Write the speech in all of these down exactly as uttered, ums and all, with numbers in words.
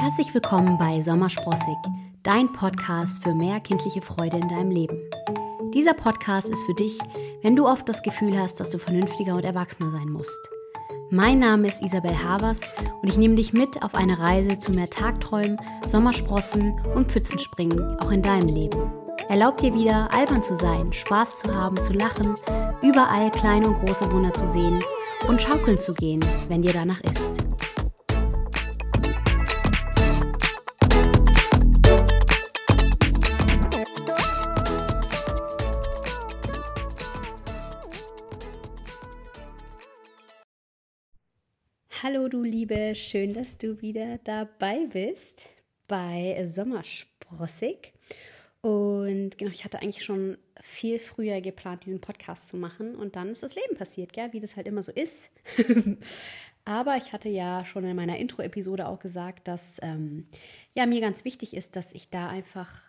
Herzlich willkommen bei Sommersprossig, dein Podcast für mehr kindliche Freude in deinem Leben. Dieser Podcast ist für dich, wenn du oft das Gefühl hast, dass du vernünftiger und erwachsener sein musst. Mein Name ist Isabel Havers und ich nehme dich mit auf eine Reise zu mehr Tagträumen, Sommersprossen und Pfützenspringen, auch in deinem Leben. Erlaub dir wieder, albern zu sein, Spaß zu haben, zu lachen, überall kleine und große Wunder zu sehen und schaukeln zu gehen, wenn dir danach ist. Hallo du Liebe, schön, dass du wieder dabei bist bei Sommersprossig. Und genau, ich hatte eigentlich schon viel früher geplant, diesen Podcast zu machen und dann ist das Leben passiert, gell? Wie das halt immer so ist. Aber ich hatte ja schon in meiner Intro-Episode auch gesagt, dass ähm, ja, mir ganz wichtig ist, dass ich da einfach,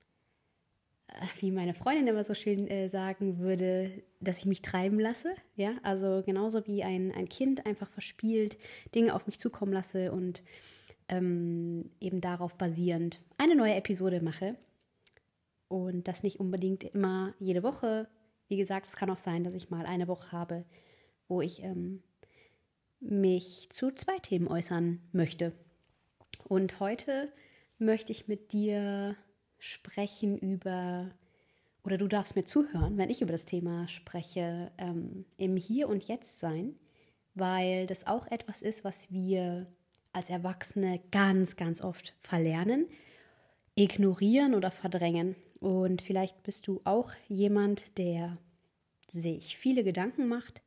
äh, wie meine Freundin immer so schön äh, sagen würde, dass ich mich treiben lasse. Ja? Also genauso wie ein, ein Kind einfach verspielt, Dinge auf mich zukommen lasse und ähm, eben darauf basierend eine neue Episode mache. Und das nicht unbedingt immer jede Woche. Wie gesagt, es kann auch sein, dass ich mal eine Woche habe, wo ich ähm, mich zu zwei Themen äußern möchte. Und heute möchte ich mit dir sprechen über, oder du darfst mir zuhören, wenn ich über das Thema spreche, ähm, im Hier und Jetzt sein, weil das auch etwas ist, was wir als Erwachsene ganz, ganz oft verlernen, ignorieren oder verdrängen. Und vielleicht bist du auch jemand, der sich viele Gedanken macht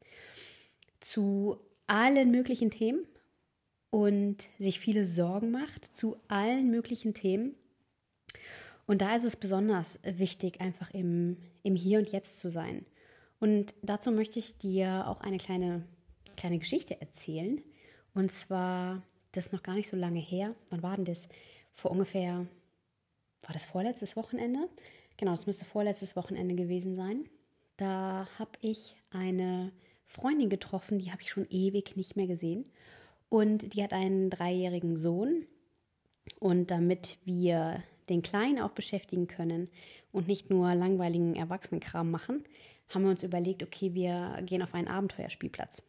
zu allen möglichen Themen und sich viele Sorgen macht zu allen möglichen Themen. Und da ist es besonders wichtig, einfach im, im Hier und Jetzt zu sein. Und dazu möchte ich dir auch eine kleine, kleine Geschichte erzählen. Und zwar, das ist noch gar nicht so lange her. Wann war denn das? Vor ungefähr... War das vorletztes Wochenende? Genau, das müsste vorletztes Wochenende gewesen sein. Da habe ich eine Freundin getroffen, die habe ich schon ewig nicht mehr gesehen. Und die hat einen dreijährigen Sohn. Und damit wir den Kleinen auch beschäftigen können und nicht nur langweiligen Erwachsenenkram machen, haben wir uns überlegt, okay, wir gehen auf einen Abenteuerspielplatz.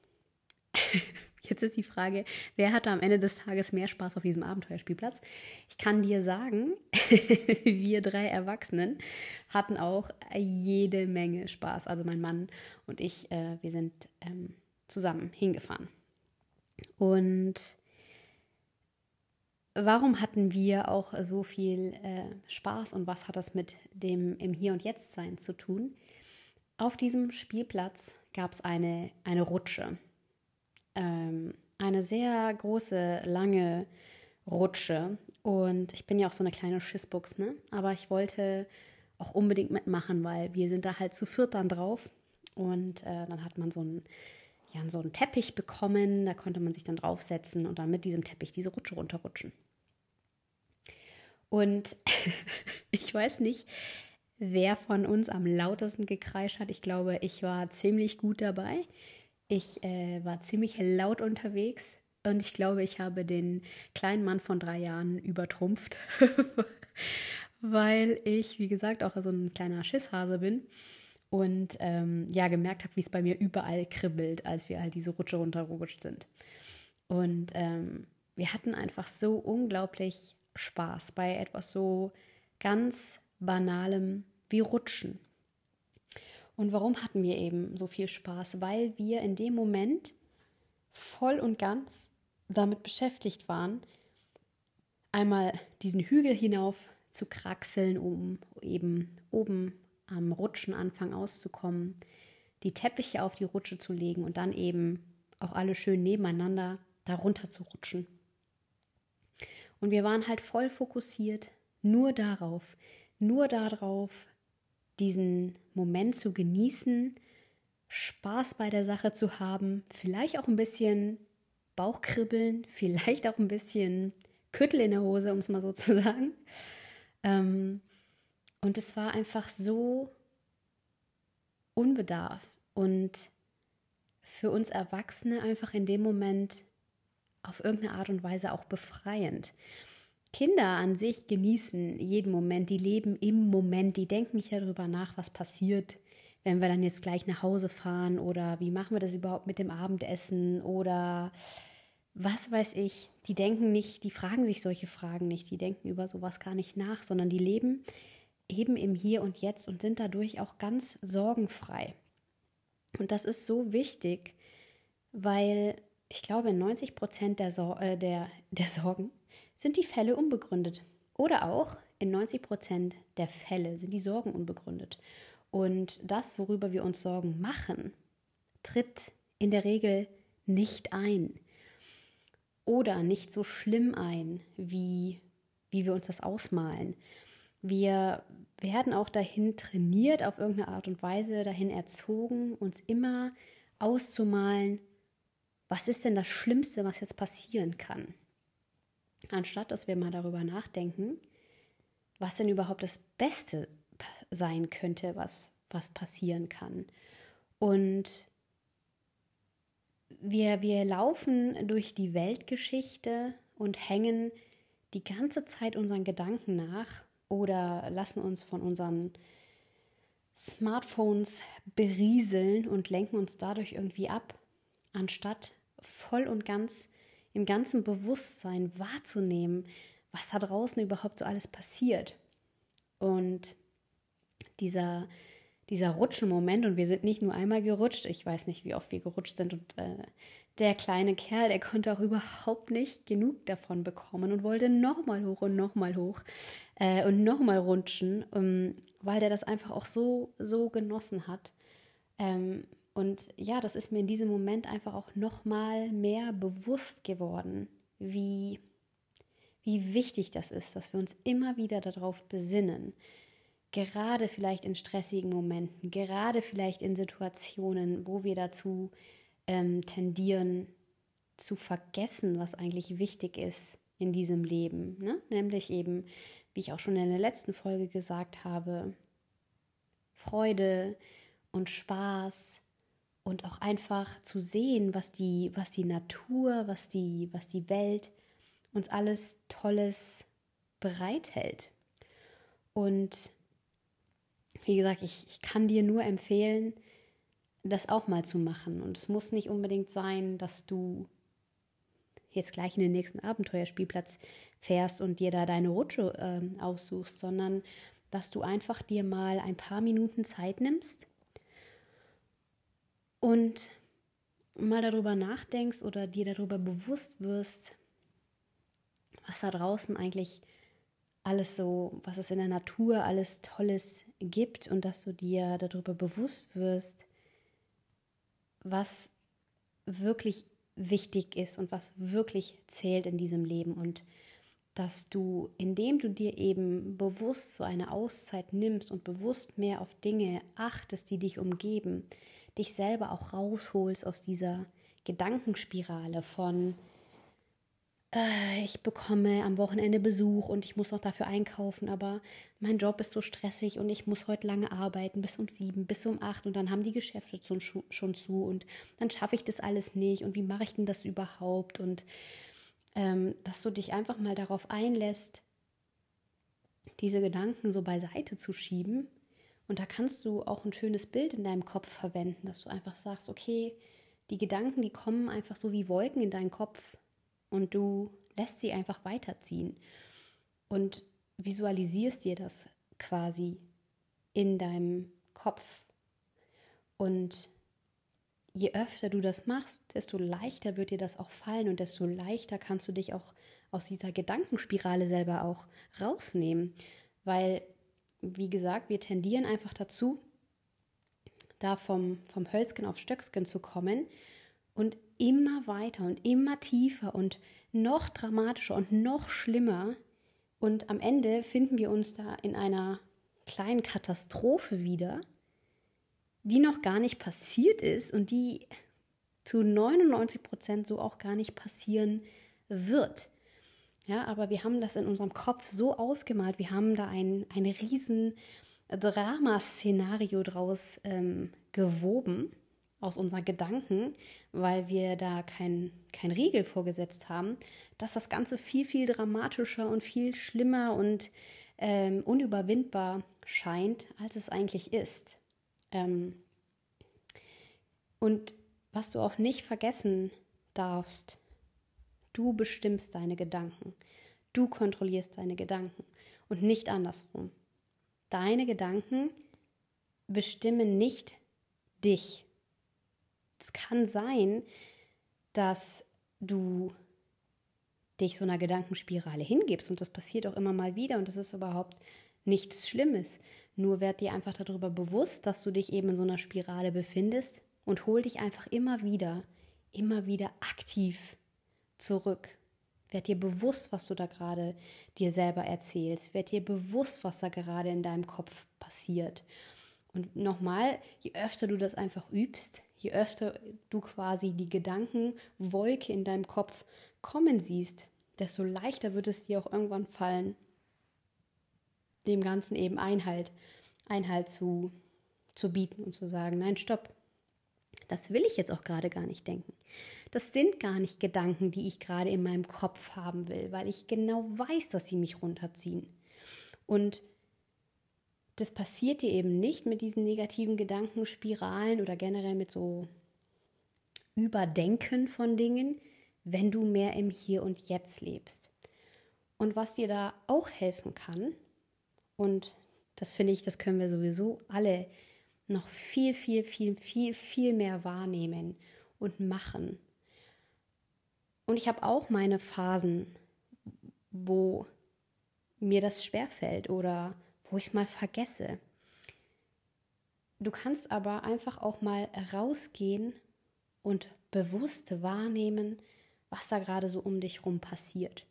Jetzt ist die Frage, wer hatte am Ende des Tages mehr Spaß auf diesem Abenteuerspielplatz? Ich kann dir sagen, wir drei Erwachsenen hatten auch jede Menge Spaß. Also mein Mann und ich, äh, wir sind ähm, zusammen hingefahren. Und warum hatten wir auch so viel äh, Spaß und was hat das mit dem im Hier und Jetzt sein zu tun? Auf diesem Spielplatz gab es eine, eine Rutsche. Ähm, eine sehr große, lange Rutsche und ich bin ja auch so eine kleine Schissbuchs, ne? Aber ich wollte auch unbedingt mitmachen, weil wir sind da halt zu viert dann drauf und äh, dann hat man so einen, ja, so einen Teppich bekommen, da konnte man sich dann draufsetzen und dann mit diesem Teppich diese Rutsche runterrutschen. Und ich weiß nicht, wer von uns am lautesten gekreischt hat. Ich glaube, ich war ziemlich gut dabei. Ich äh, war ziemlich laut unterwegs und ich glaube, ich habe den kleinen Mann von drei Jahren übertrumpft, weil ich, wie gesagt, auch so ein kleiner Schisshase bin und ähm, ja gemerkt habe, wie es bei mir überall kribbelt, als wir halt diese Rutsche runtergerutscht sind. Und ähm, wir hatten einfach so unglaublich Spaß bei etwas so ganz Banalem wie Rutschen. Und warum hatten wir eben so viel Spaß? Weil wir in dem Moment voll und ganz damit beschäftigt waren, einmal diesen Hügel hinauf zu kraxeln, um eben oben am Rutschenanfang auszukommen, die Teppiche auf die Rutsche zu legen und dann eben auch alle schön nebeneinander darunter zu rutschen. Und wir waren halt voll fokussiert nur darauf, nur darauf, diesen Moment zu genießen, Spaß bei der Sache zu haben, vielleicht auch ein bisschen Bauchkribbeln, vielleicht auch ein bisschen Küttel in der Hose, um es mal so zu sagen. Ähm, und es war einfach so unbedarft und für uns Erwachsene einfach in dem Moment auf irgendeine Art und Weise auch befreiend. Kinder an sich genießen jeden Moment, die leben im Moment, die denken nicht darüber nach, was passiert, wenn wir dann jetzt gleich nach Hause fahren oder wie machen wir das überhaupt mit dem Abendessen oder was weiß ich. Die denken nicht, die fragen sich solche Fragen nicht, die denken über sowas gar nicht nach, sondern die leben eben im Hier und Jetzt und sind dadurch auch ganz sorgenfrei. Und das ist so wichtig, weil ich glaube, in neunzig Prozent der, Sor- äh, der, der Sorgen sind die Fälle unbegründet. Oder auch in neunzig Prozent der Fälle sind die Sorgen unbegründet. Und das, worüber wir uns Sorgen machen, tritt in der Regel nicht ein. Oder nicht so schlimm ein, wie, wie wir uns das ausmalen. Wir werden auch dahin trainiert, auf irgendeine Art und Weise dahin erzogen, uns immer auszumalen, was ist denn das Schlimmste, was jetzt passieren kann? Anstatt, dass wir mal darüber nachdenken, was denn überhaupt das Beste sein könnte, was, was passieren kann. Und wir, wir laufen durch die Weltgeschichte und hängen die ganze Zeit unseren Gedanken nach oder lassen uns von unseren Smartphones berieseln und lenken uns dadurch irgendwie ab, anstatt voll und ganz im ganzen Bewusstsein wahrzunehmen, was da draußen überhaupt so alles passiert. Und dieser, dieser Rutschenmoment, und wir sind nicht nur einmal gerutscht, ich weiß nicht, wie oft wir gerutscht sind, und äh, der kleine Kerl, der konnte auch überhaupt nicht genug davon bekommen und wollte nochmal hoch und nochmal hoch äh, und nochmal rutschen, um, weil der das einfach auch so, so genossen hat. Ähm, und ja, das ist mir in diesem Moment einfach auch nochmal mehr bewusst geworden, wie, wie wichtig das ist, dass wir uns immer wieder darauf besinnen, gerade vielleicht in stressigen Momenten, gerade vielleicht in Situationen, wo wir dazu ähm, tendieren, zu vergessen, was eigentlich wichtig ist in diesem Leben. Ne? Nämlich eben, wie ich auch schon in der letzten Folge gesagt habe, Freude und Spaß und auch einfach zu sehen, was die, was die Natur, was die, was die Welt uns alles Tolles bereithält. Und wie gesagt, ich, ich kann dir nur empfehlen, das auch mal zu machen. Und es muss nicht unbedingt sein, dass du jetzt gleich in den nächsten Abenteuerspielplatz fährst und dir da deine Rutsche äh, aussuchst, sondern dass du einfach dir mal ein paar Minuten Zeit nimmst und mal darüber nachdenkst oder dir darüber bewusst wirst, was da draußen eigentlich alles so, was es in der Natur alles Tolles gibt und dass du dir darüber bewusst wirst, was wirklich wichtig ist und was wirklich zählt in diesem Leben und dass du, indem du dir eben bewusst so eine Auszeit nimmst und bewusst mehr auf Dinge achtest, die dich umgeben, dich selber auch rausholst aus dieser Gedankenspirale von äh, ich bekomme am Wochenende Besuch und ich muss noch dafür einkaufen, aber mein Job ist so stressig und ich muss heute lange arbeiten, bis um sieben, bis um acht und dann haben die Geschäfte schon zu und dann schaffe ich das alles nicht und wie mache ich denn das überhaupt? Und ähm, dass du dich einfach mal darauf einlässt, diese Gedanken so beiseite zu schieben. Und da kannst du auch ein schönes Bild in deinem Kopf verwenden, dass du einfach sagst, okay, die Gedanken, die kommen einfach so wie Wolken in deinen Kopf und du lässt sie einfach weiterziehen und visualisierst dir das quasi in deinem Kopf. Und je öfter du das machst, desto leichter wird dir das auch fallen und desto leichter kannst du dich auch aus dieser Gedankenspirale selber auch rausnehmen. Weil, wie gesagt, wir tendieren einfach dazu, da vom, vom Hölzchen auf Stöcksken zu kommen und immer weiter und immer tiefer und noch dramatischer und noch schlimmer. Und am Ende finden wir uns da in einer kleinen Katastrophe wieder, die noch gar nicht passiert ist und die zu neunundneunzig Prozent so auch gar nicht passieren wird. Ja, aber wir haben das in unserem Kopf so ausgemalt, wir haben da ein, ein riesen Dramaszenario draus ähm, gewoben aus unseren Gedanken, weil wir da kein, kein Riegel vorgesetzt haben, dass das Ganze viel, viel dramatischer und viel schlimmer und ähm, unüberwindbar scheint, als es eigentlich ist. Ähm, und was du auch nicht vergessen darfst, du bestimmst deine Gedanken. Du kontrollierst deine Gedanken und nicht andersrum. Deine Gedanken bestimmen nicht dich. Es kann sein, dass du dich so einer Gedankenspirale hingibst und das passiert auch immer mal wieder und das ist überhaupt nichts Schlimmes. Nur werd dir einfach darüber bewusst, dass du dich eben in so einer Spirale befindest und hol dich einfach immer wieder, immer wieder aktiv zurück. Werd dir bewusst, was du da gerade dir selber erzählst. Werd dir bewusst, was da gerade in deinem Kopf passiert. Und nochmal, je öfter du das einfach übst, je öfter du quasi die Gedankenwolke in deinem Kopf kommen siehst, desto leichter wird es dir auch irgendwann fallen, dem Ganzen eben Einhalt, Einhalt zu, zu bieten und zu sagen, nein, stopp. Das will ich jetzt auch gerade gar nicht denken. Das sind gar nicht Gedanken, die ich gerade in meinem Kopf haben will, weil ich genau weiß, dass sie mich runterziehen. Und das passiert dir eben nicht mit diesen negativen Gedankenspiralen oder generell mit so Überdenken von Dingen, wenn du mehr im Hier und Jetzt lebst. Und was dir da auch helfen kann, und das finde ich, das können wir sowieso alle noch viel, viel, viel, viel, viel mehr wahrnehmen und machen. Und ich habe auch meine Phasen, wo mir das schwerfällt oder wo ich es mal vergesse. Du kannst aber einfach auch mal rausgehen und bewusst wahrnehmen, was da gerade so um dich rum passiert.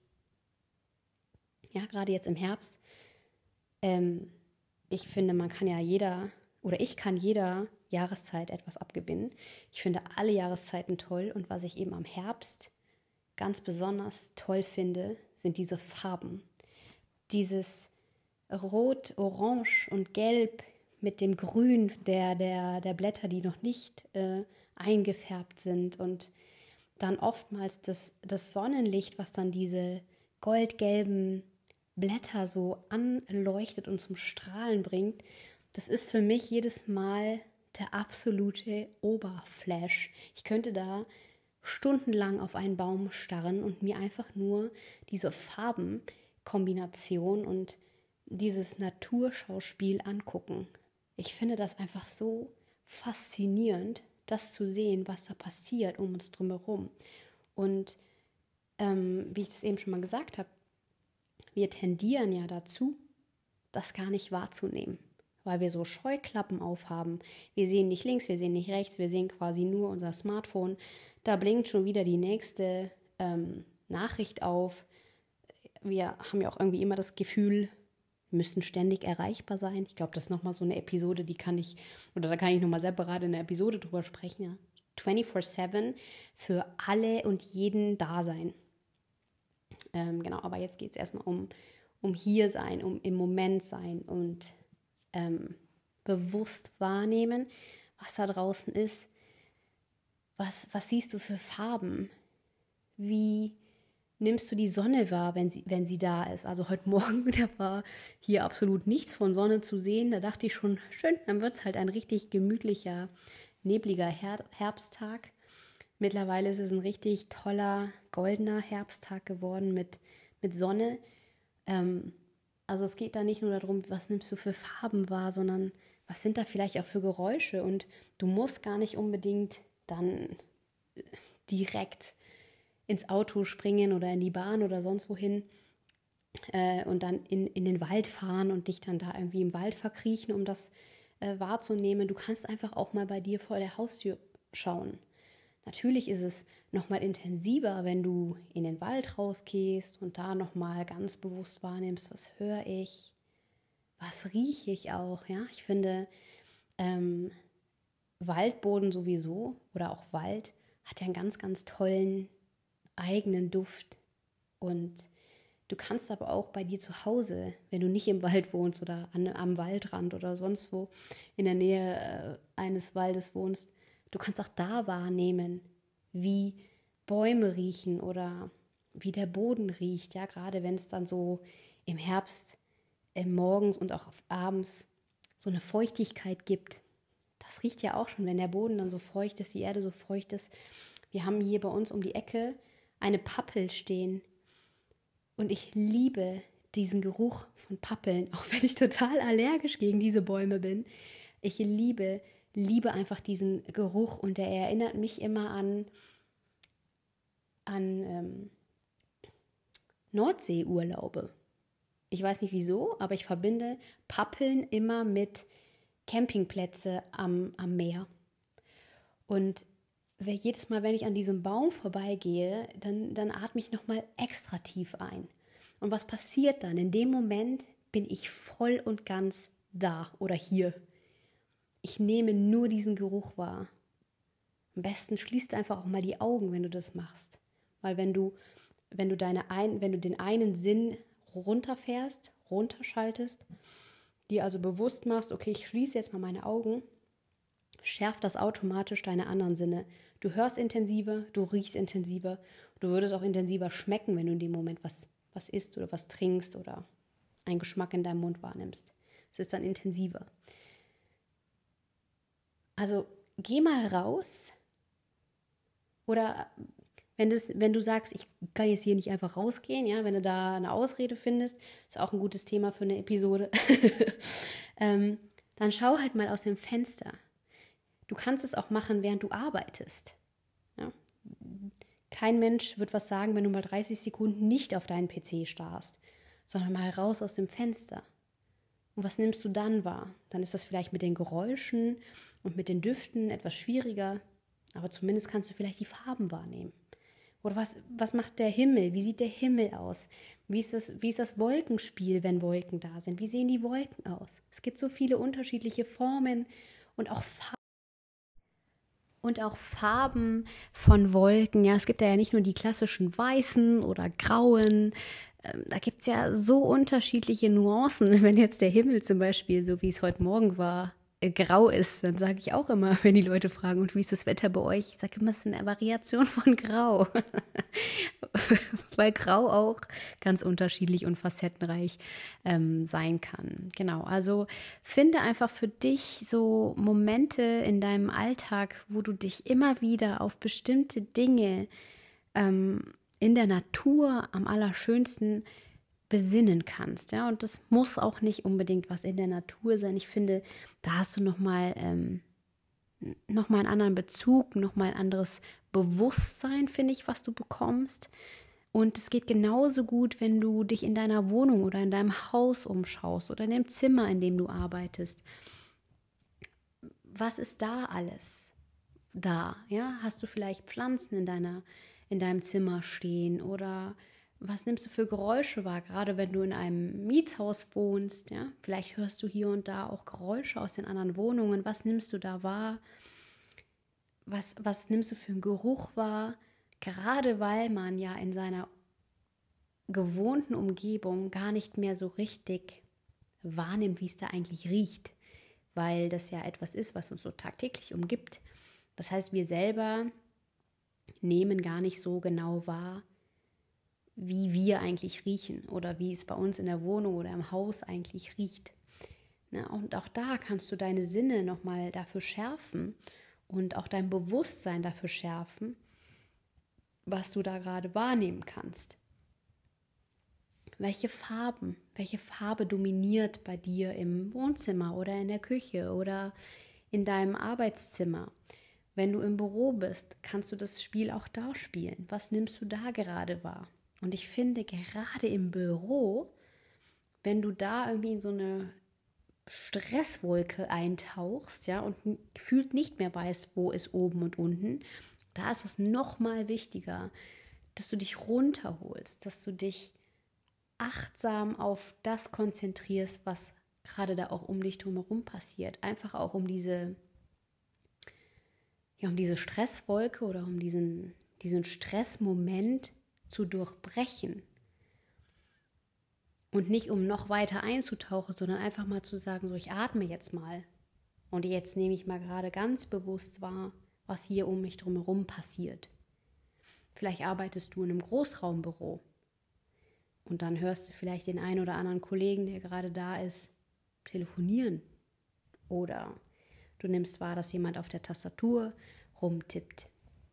Ja, gerade jetzt im Herbst. Ähm, ich finde, man kann ja jeder oder ich kann jeder Jahreszeit etwas abgewinnen. Ich finde alle Jahreszeiten toll und was ich eben am Herbst ganz besonders toll finde, sind diese Farben. Dieses Rot, Orange und Gelb mit dem Grün der, der, der Blätter, die noch nicht äh, eingefärbt sind und dann oftmals das, das Sonnenlicht, was dann diese goldgelben Blätter so anleuchtet und zum Strahlen bringt. Das ist für mich jedes Mal der absolute Oberflash. Ich könnte da stundenlang auf einen Baum starren und mir einfach nur diese Farbenkombination und dieses Naturschauspiel angucken. Ich finde das einfach so faszinierend, das zu sehen, was da passiert um uns drumherum. Und ähm, wie ich es eben schon mal gesagt habe, wir tendieren ja dazu, das gar nicht wahrzunehmen, weil wir so Scheuklappen aufhaben. Wir sehen nicht links, wir sehen nicht rechts, wir sehen quasi nur unser Smartphone. Da blinkt schon wieder die nächste ähm, Nachricht auf. Wir haben ja auch irgendwie immer das Gefühl, wir müssen ständig erreichbar sein. Ich glaube, das ist nochmal so eine Episode, die kann ich, oder da kann ich nochmal separat in der Episode drüber sprechen. Ja. vierundzwanzig sieben für alle und jeden da sein. Ähm, genau, aber jetzt geht es erstmal um, um hier sein, um im Moment sein und ähm, bewusst wahrnehmen, was da draußen ist. Was, was siehst du für Farben? Wie nimmst du die Sonne wahr, wenn sie, wenn sie da ist? Also heute Morgen, da war hier absolut nichts von Sonne zu sehen. Da dachte ich schon, schön, dann wird es halt ein richtig gemütlicher, nebliger Her- Herbsttag. Mittlerweile ist es ein richtig toller, goldener Herbsttag geworden mit, mit Sonne. Ähm, also es geht da nicht nur darum, was nimmst du für Farben wahr, sondern was sind da vielleicht auch für Geräusche. Und du musst gar nicht unbedingt dann direkt ins Auto springen oder in die Bahn oder sonst wohin äh, und dann in, in den Wald fahren und dich dann da irgendwie im Wald verkriechen, um das äh, wahrzunehmen. Du kannst einfach auch mal bei dir vor der Haustür schauen. Natürlich ist es nochmal intensiver, wenn du in den Wald rausgehst und da nochmal ganz bewusst wahrnimmst, was höre ich, was rieche ich auch. Ja, ich finde, ähm, Waldboden sowieso oder auch Wald hat ja einen ganz, ganz tollen eigenen Duft. Und du kannst aber auch bei dir zu Hause, wenn du nicht im Wald wohnst oder an, am Waldrand oder sonst wo in der Nähe äh, eines Waldes wohnst, Du kannst auch da wahrnehmen, wie Bäume riechen oder wie der Boden riecht, ja, gerade wenn es dann so im Herbst, äh, morgens und auch abends so eine Feuchtigkeit gibt. Das riecht ja auch schon, wenn der Boden dann so feucht ist, die Erde so feucht ist. Wir haben hier bei uns um die Ecke eine Pappel stehen und ich liebe diesen Geruch von Pappeln, auch wenn ich total allergisch gegen diese Bäume bin. Ich liebe, liebe einfach diesen Geruch und der erinnert mich immer an, an ähm, Nordseeurlaube. Ich weiß nicht wieso, aber ich verbinde Pappeln immer mit Campingplätze am, am Meer. Und jedes Mal, wenn ich an diesem Baum vorbeigehe, dann, dann atme ich nochmal extra tief ein. Und was passiert dann? In dem Moment bin ich voll und ganz da oder hier. Ich nehme nur diesen Geruch wahr. Am besten schließt einfach auch mal die Augen, wenn du das machst. Weil wenn du, wenn du, deine ein, wenn du den einen Sinn runterfährst, runterschaltest, dir also bewusst machst, okay, ich schließe jetzt mal meine Augen, schärft das automatisch deine anderen Sinne. Du hörst intensiver, du riechst intensiver, du würdest auch intensiver schmecken, wenn du in dem Moment was, was isst oder was trinkst oder einen Geschmack in deinem Mund wahrnimmst. Es ist dann intensiver. Also geh mal raus oder wenn, das, wenn du sagst, ich kann jetzt hier nicht einfach rausgehen, ja, wenn du da eine Ausrede findest, ist auch ein gutes Thema für eine Episode, ähm, dann schau halt mal aus dem Fenster. Du kannst es auch machen, während du arbeitest. Ja? Kein Mensch wird was sagen, wenn du mal dreißig Sekunden nicht auf deinen P C starrst, sondern mal raus aus dem Fenster. Und was nimmst du dann wahr? Dann ist das vielleicht mit den Geräuschen und mit den Düften etwas schwieriger, aber zumindest kannst du vielleicht die Farben wahrnehmen. Oder was, was macht der Himmel? Wie sieht der Himmel aus? Wie ist das, wie ist das Wolkenspiel, wenn Wolken da sind? Wie sehen die Wolken aus? Es gibt so viele unterschiedliche Formen und auch Farben. Und auch Farben von Wolken. Ja, es gibt ja nicht nur die klassischen weißen oder grauen. Ähm, da gibt es ja so unterschiedliche Nuancen. Wenn jetzt der Himmel zum Beispiel, so wie es heute Morgen war, äh, grau ist, dann sage ich auch immer, wenn die Leute fragen, und wie ist das Wetter bei euch? Ich sage immer, es ist eine Variation von Grau. Weil Grau auch ganz unterschiedlich und facettenreich ähm, sein kann. Genau, also finde einfach für dich so Momente in deinem Alltag, wo du dich immer wieder auf bestimmte Dinge ähm, in der Natur am allerschönsten besinnen kannst. Ja? Und das muss auch nicht unbedingt was in der Natur sein. Ich finde, da hast du nochmal ähm, noch mal einen anderen Bezug, nochmal ein anderes Bewusstsein, finde ich, was du bekommst. Und es geht genauso gut, wenn du dich in deiner Wohnung oder in deinem Haus umschaust oder in dem Zimmer, in dem du arbeitest. Was ist da alles da? Ja? Hast du vielleicht Pflanzen in deiner, in deinem Zimmer stehen oder was nimmst du für Geräusche wahr, gerade wenn du in einem Mietshaus wohnst? Ja? Vielleicht hörst du hier und da auch Geräusche aus den anderen Wohnungen. Was nimmst du da wahr? Was, was nimmst du für einen Geruch wahr? Gerade weil man ja in seiner gewohnten Umgebung gar nicht mehr so richtig wahrnimmt, wie es da eigentlich riecht. Weil das ja etwas ist, was uns so tagtäglich umgibt. Das heißt, wir selber nehmen gar nicht so genau wahr, wie wir eigentlich riechen oder wie es bei uns in der Wohnung oder im Haus eigentlich riecht. Na, und auch da kannst du deine Sinne nochmal dafür schärfen und auch dein Bewusstsein dafür schärfen, was du da gerade wahrnehmen kannst. Welche Farben, welche Farbe dominiert bei dir im Wohnzimmer oder in der Küche oder in deinem Arbeitszimmer? Wenn du im Büro bist, kannst du das Spiel auch da spielen. Was nimmst du da gerade wahr? Und ich finde, gerade im Büro, wenn du da irgendwie in so eine Stresswolke eintauchst, ja, und gefühlt nicht mehr weißt, wo ist oben und unten, da ist es noch mal wichtiger, dass du dich runterholst, dass du dich achtsam auf das konzentrierst, was gerade da auch um dich drumherum passiert. Einfach auch um diese, ja, um diese Stresswolke oder um diesen, diesen Stressmoment zu durchbrechen. Und nicht, um noch weiter einzutauchen, sondern einfach mal zu sagen, so, ich atme jetzt mal. Und jetzt nehme ich mal gerade ganz bewusst wahr, was hier um mich drumherum passiert. Vielleicht arbeitest du in einem Großraumbüro und dann hörst du vielleicht den einen oder anderen Kollegen, der gerade da ist, telefonieren. Oder du nimmst wahr, dass jemand auf der Tastatur rumtippt.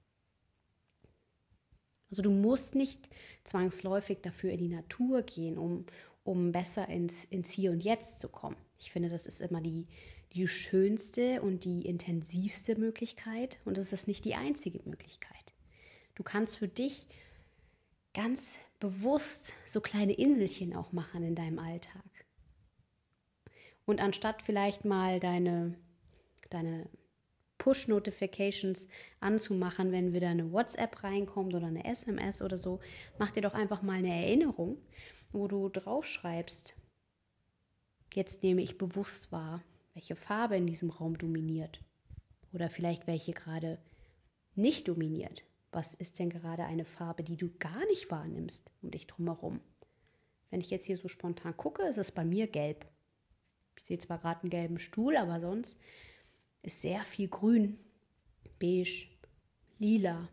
Also du musst nicht zwangsläufig dafür in die Natur gehen, um, um besser ins, ins Hier und Jetzt zu kommen. Ich finde, das ist immer die, die schönste und die intensivste Möglichkeit und es ist nicht die einzige Möglichkeit. Du kannst für dich ganz bewusst so kleine Inselchen auch machen in deinem Alltag. Und anstatt vielleicht mal deine, deine Push-Notifications anzumachen, wenn wieder eine WhatsApp reinkommt oder eine S M S oder so, mach dir doch einfach mal eine Erinnerung, wo du draufschreibst, jetzt nehme ich bewusst wahr, welche Farbe in diesem Raum dominiert oder vielleicht welche gerade nicht dominiert. Was ist denn gerade eine Farbe, die du gar nicht wahrnimmst um dich drumherum? Wenn ich jetzt hier so spontan gucke, ist es bei mir gelb. Ich sehe zwar gerade einen gelben Stuhl, aber sonst ist sehr viel grün, beige, lila.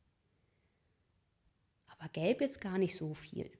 Aber gelb jetzt gar nicht so viel.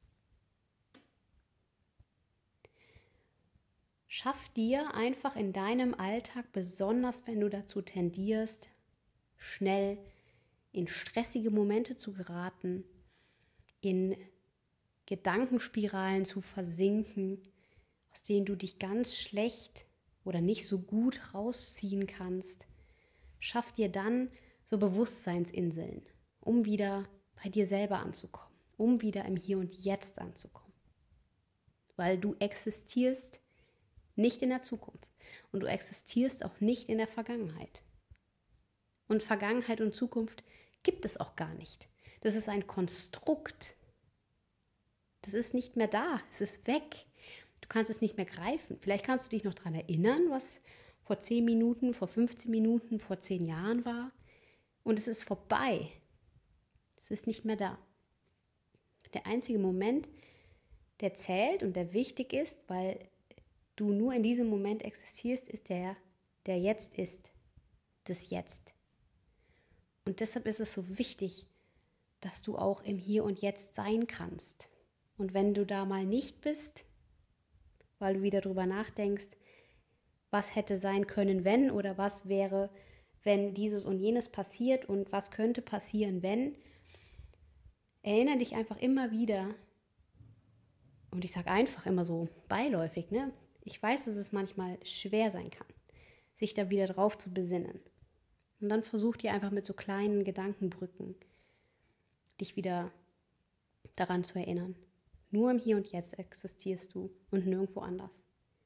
Schaff dir einfach in deinem Alltag, besonders wenn du dazu tendierst, schnell in stressige Momente zu geraten, in Gedankenspiralen zu versinken, aus denen du dich ganz schlecht oder nicht so gut rausziehen kannst, schaff dir dann so Bewusstseinsinseln, um wieder bei dir selber anzukommen, um wieder im Hier und Jetzt anzukommen. Weil du existierst nicht in der Zukunft und du existierst auch nicht in der Vergangenheit. Und Vergangenheit und Zukunft gibt es auch gar nicht. Das ist ein Konstrukt. Das ist nicht mehr da, es ist weg. Du kannst es nicht mehr greifen. Vielleicht kannst du dich noch daran erinnern, was vor zehn Minuten, vor fünfzehn Minuten, vor zehn Jahren war. Und es ist vorbei. Es ist nicht mehr da. Der einzige Moment, der zählt und der wichtig ist, weil du nur in diesem Moment existierst, ist der, der jetzt ist. Das Jetzt. Und deshalb ist es so wichtig, dass du auch im Hier und Jetzt sein kannst. Und wenn du da mal nicht bist, weil du wieder drüber nachdenkst, was hätte sein können, wenn oder was wäre, wenn dieses und jenes passiert und was könnte passieren, wenn, erinnere dich einfach immer wieder, und ich sage einfach immer so beiläufig, ne? Ich weiß, dass es manchmal schwer sein kann, sich da wieder drauf zu besinnen. Und dann versuch dir einfach mit so kleinen Gedankenbrücken, dich wieder daran zu erinnern. Nur im Hier und Jetzt existierst du und nirgendwo anders.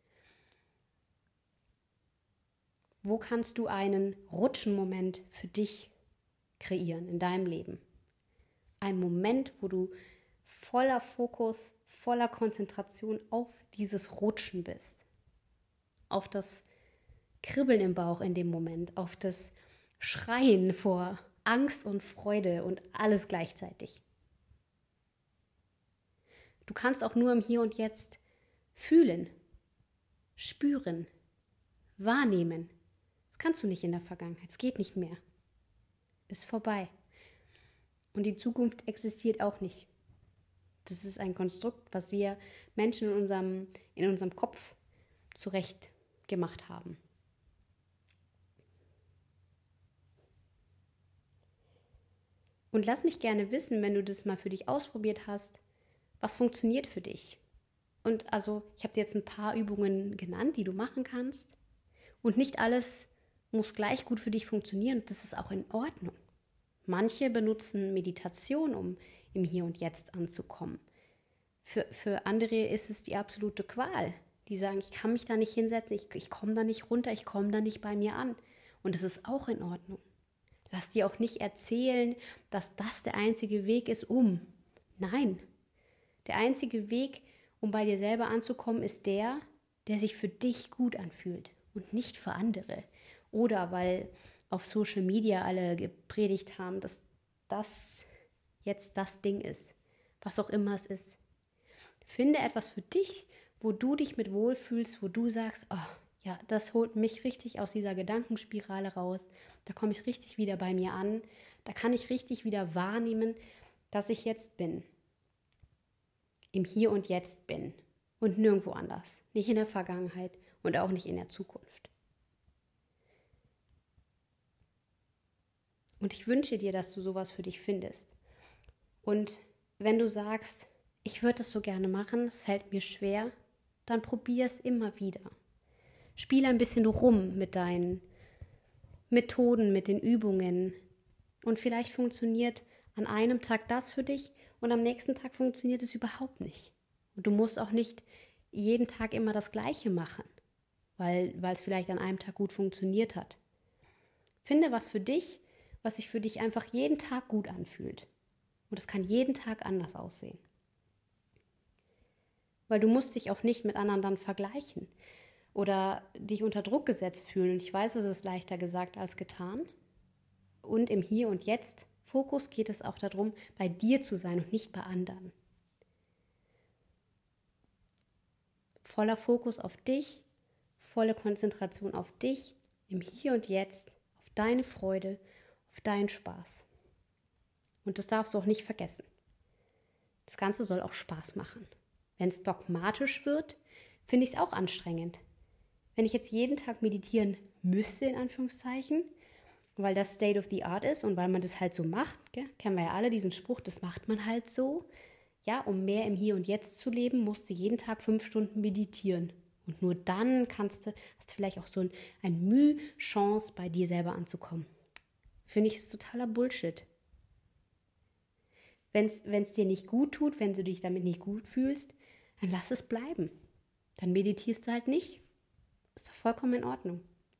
Wo kannst du einen Rutschenmoment für dich kreieren in deinem Leben? Ein Moment, wo du voller Fokus, voller Konzentration auf dieses Rutschen bist. Auf das Kribbeln im Bauch in dem Moment, auf das Schreien vor Angst und Freude und alles gleichzeitig. Du kannst auch nur im Hier und Jetzt fühlen, spüren, wahrnehmen. Das kannst du nicht in der Vergangenheit. Es geht nicht mehr. Ist vorbei. Und die Zukunft existiert auch nicht. Das ist ein Konstrukt, was wir Menschen in unserem, in unserem Kopf zurecht gemacht haben. Und lass mich gerne wissen, wenn du das mal für dich ausprobiert hast, was funktioniert für dich. Und also, ich habe dir jetzt ein paar Übungen genannt, die du machen kannst. Und nicht alles muss gleich gut für dich funktionieren. Das ist auch in Ordnung. Manche benutzen Meditation, um im Hier und Jetzt anzukommen. Für, für andere ist es die absolute Qual. Die sagen, ich kann mich da nicht hinsetzen, ich, ich komme da nicht runter, ich komme da nicht bei mir an. Und es ist auch in Ordnung. Lass dir auch nicht erzählen, dass das der einzige Weg ist, um. Nein. Der einzige Weg, um bei dir selber anzukommen, ist der, der sich für dich gut anfühlt und nicht für andere. Oder weil auf Social Media alle gepredigt haben, dass das jetzt das Ding ist, was auch immer es ist. Finde etwas für dich, wo du dich mit wohlfühlst, wo du sagst, oh, Ja, das holt mich richtig aus dieser Gedankenspirale raus. Da komme ich richtig wieder bei mir an. Da kann ich richtig wieder wahrnehmen, dass ich jetzt bin. Im Hier und Jetzt bin. Und nirgendwo anders. Nicht in der Vergangenheit und auch nicht in der Zukunft. Und ich wünsche dir, dass du sowas für dich findest. Und wenn du sagst, ich würde das so gerne machen, es fällt mir schwer, dann probier es immer wieder. Spiel ein bisschen rum mit deinen Methoden, mit den Übungen. Und vielleicht funktioniert an einem Tag das für dich und am nächsten Tag funktioniert es überhaupt nicht. Und du musst auch nicht jeden Tag immer das Gleiche machen, weil, weil es vielleicht an einem Tag gut funktioniert hat. Finde was für dich, was sich für dich einfach jeden Tag gut anfühlt. Und es kann jeden Tag anders aussehen. Weil du musst dich auch nicht mit anderen dann vergleichen oder dich unter Druck gesetzt fühlen. Und ich weiß, es ist leichter gesagt als getan. Und im Hier und Jetzt Fokus geht es auch darum, bei dir zu sein und nicht bei anderen. Voller Fokus auf dich, volle Konzentration auf dich, im Hier und Jetzt, auf deine Freude, auf deinen Spaß. Und das darfst du auch nicht vergessen. Das Ganze soll auch Spaß machen. Wenn es dogmatisch wird, finde ich es auch anstrengend. Wenn ich jetzt jeden Tag meditieren müsste, in Anführungszeichen, weil das State of the Art ist und weil man das halt so macht, gell? Kennen wir ja alle diesen Spruch, das macht man halt so. Ja, um mehr im Hier und Jetzt zu leben, musst du jeden Tag fünf Stunden meditieren. Und nur dann kannst du, hast du vielleicht auch so ein, ein Mühe, Chance, bei dir selber anzukommen. Finde ich, ist totaler Bullshit. Wenn es dir nicht gut tut, wenn du dich damit nicht gut fühlst, dann lass es bleiben. Dann meditierst du halt nicht. Ist doch vollkommen in Ordnung.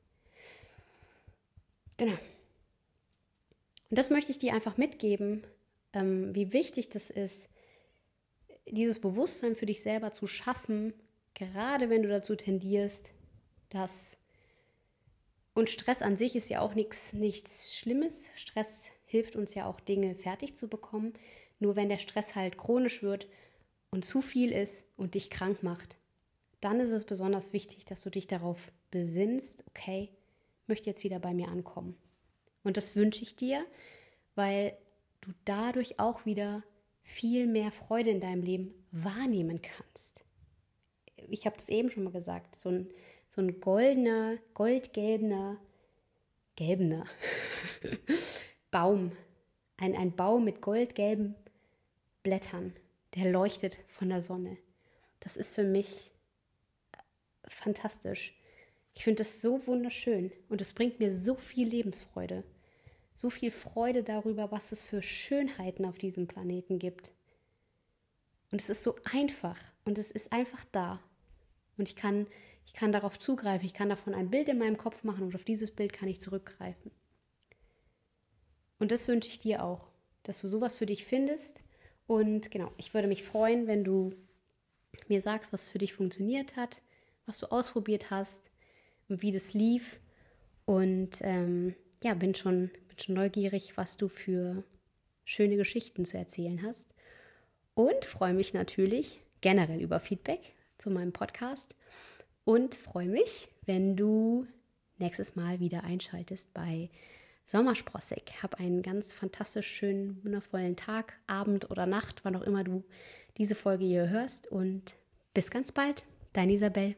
Genau. Und das möchte ich dir einfach mitgeben, ähm, wie wichtig das ist, dieses Bewusstsein für dich selber zu schaffen, gerade wenn du dazu tendierst, dass, und Stress an sich ist ja auch nichts, nichts Schlimmes. Stress hilft uns ja auch, Dinge fertig zu bekommen. Nur wenn der Stress halt chronisch wird und zu viel ist und dich krank macht, dann ist es besonders wichtig, dass du dich darauf besinnst, okay, ich möchte jetzt wieder bei mir ankommen. Und das wünsche ich dir, weil du dadurch auch wieder viel mehr Freude in deinem Leben wahrnehmen kannst. Ich habe das eben schon mal gesagt, so ein, so ein goldener, goldgelbener, gelbener Baum, ein, ein Baum mit goldgelben Blättern, der leuchtet von der Sonne. Das ist für mich fantastisch. Ich finde das so wunderschön und es bringt mir so viel Lebensfreude. So viel Freude darüber, was es für Schönheiten auf diesem Planeten gibt. Und es ist so einfach und es ist einfach da. Und ich kann, ich kann darauf zugreifen, ich kann davon ein Bild in meinem Kopf machen und auf dieses Bild kann ich zurückgreifen. Und das wünsche ich dir auch, dass du sowas für dich findest. Und genau, ich würde mich freuen, wenn du mir sagst, was für dich funktioniert hat, was du ausprobiert hast und wie das lief. Und ähm, ja, bin schon, bin schon neugierig, was du für schöne Geschichten zu erzählen hast. Und freue mich natürlich generell über Feedback zu meinem Podcast. Und freue mich, wenn du nächstes Mal wieder einschaltest bei Sommersprossig. Hab einen ganz fantastisch schönen, wundervollen Tag, Abend oder Nacht, wann auch immer du diese Folge hier hörst. Und bis ganz bald, deine Isabel.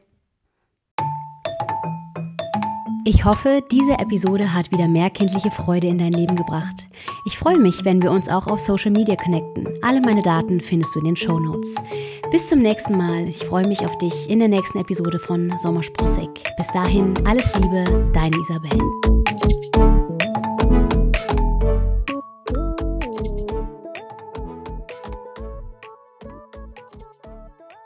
Ich hoffe, diese Episode hat wieder mehr kindliche Freude in dein Leben gebracht. Ich freue mich, wenn wir uns auch auf Social Media connecten. Alle meine Daten findest du in den Shownotes. Bis zum nächsten Mal. Ich freue mich auf dich in der nächsten Episode von Sommersprossig. Bis dahin, alles Liebe, deine Isabel.